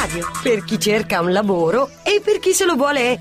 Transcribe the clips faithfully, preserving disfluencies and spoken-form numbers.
Lavoradio, per chi cerca un lavoro e per chi se lo vuole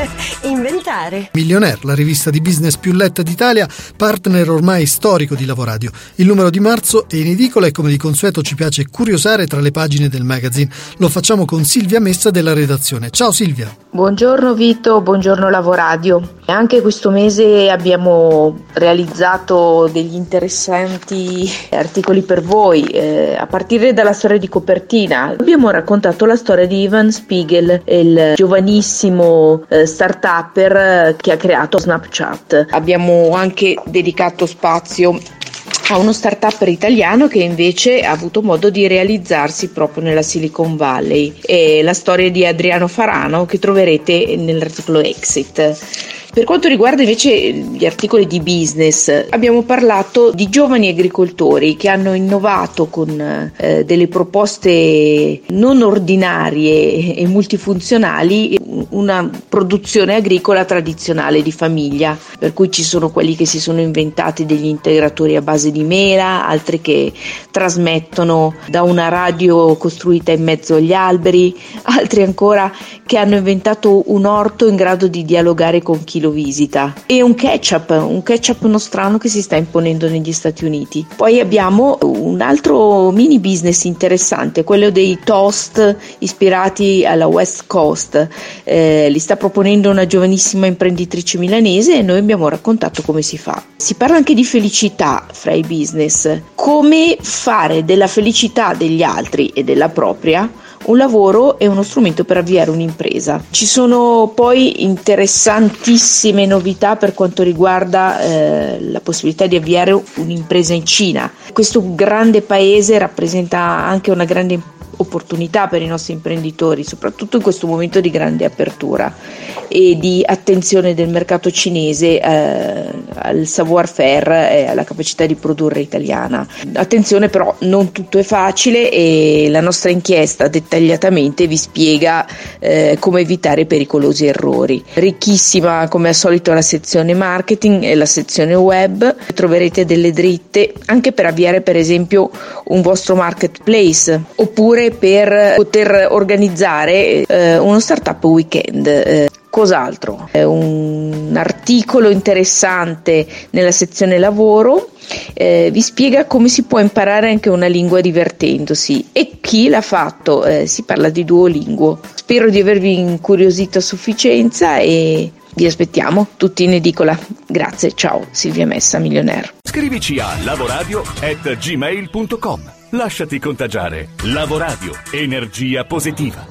inventare. Millionaire, la rivista di business più letta d'Italia, partner ormai storico di Lavoradio. Il numero di marzo è in edicola e come di consueto ci piace curiosare tra le pagine del magazine. Lo facciamo con Silvia Messa della redazione. Ciao Silvia. Buongiorno Vito, buongiorno Lavoradio. Anche questo mese abbiamo realizzato degli interessanti articoli per voi, eh, a partire dalla storia di copertina. Abbiamo raccontato la storia di Evan Spiegel, il giovanissimo eh, start-upper che ha creato Snapchat. Abbiamo anche dedicato spazio a uno start-upper italiano che invece ha avuto modo di realizzarsi proprio nella Silicon Valley. È la storia di Adriano Farano che troverete nell'articolo Exit. Per quanto riguarda invece gli articoli di business, abbiamo parlato di giovani agricoltori che hanno innovato con eh, delle proposte non ordinarie e multifunzionali una produzione agricola tradizionale di famiglia, per cui ci sono quelli che si sono inventati degli integratori a base di mela, altri che trasmettono da una radio costruita in mezzo agli alberi, altri ancora che hanno inventato un orto in grado di dialogare con chi lo visita, e un ketchup, un ketchup nostrano che si sta imponendo negli Stati Uniti. Poi abbiamo un altro mini business interessante, quello dei toast ispirati alla West Coast. Eh, li sta proponendo una giovanissima imprenditrice milanese e noi abbiamo raccontato come si fa. Si parla anche di felicità fra i business, come fare della felicità degli altri e della propria un lavoro e uno strumento per avviare un'impresa. Ci sono poi interessantissime novità per quanto riguarda eh, la possibilità di avviare un'impresa in Cina. Questo grande paese rappresenta anche una grande opportunità per i nostri imprenditori, soprattutto in questo momento di grande apertura e di attenzione del mercato cinese eh, al savoir-faire e alla capacità di produrre italiana. Attenzione però, non tutto è facile e la nostra inchiesta dettagliatamente vi spiega eh, come evitare pericolosi errori. Ricchissima come al solito la sezione marketing e la sezione web, troverete delle dritte anche per avviare per esempio un vostro marketplace oppure per poter organizzare eh, uno startup weekend. Eh, cos'altro? Eh, un articolo interessante nella sezione lavoro eh, vi spiega come si può imparare anche una lingua divertendosi e chi l'ha fatto. Eh, si parla di Duolingo. Spero di avervi incuriosito a sufficienza e vi aspettiamo tutti in edicola. Grazie, ciao, Silvia Messa, Millionaire. Scrivici a lavoradio at gmail punto com. Lasciati contagiare. Lavoradio, energia positiva.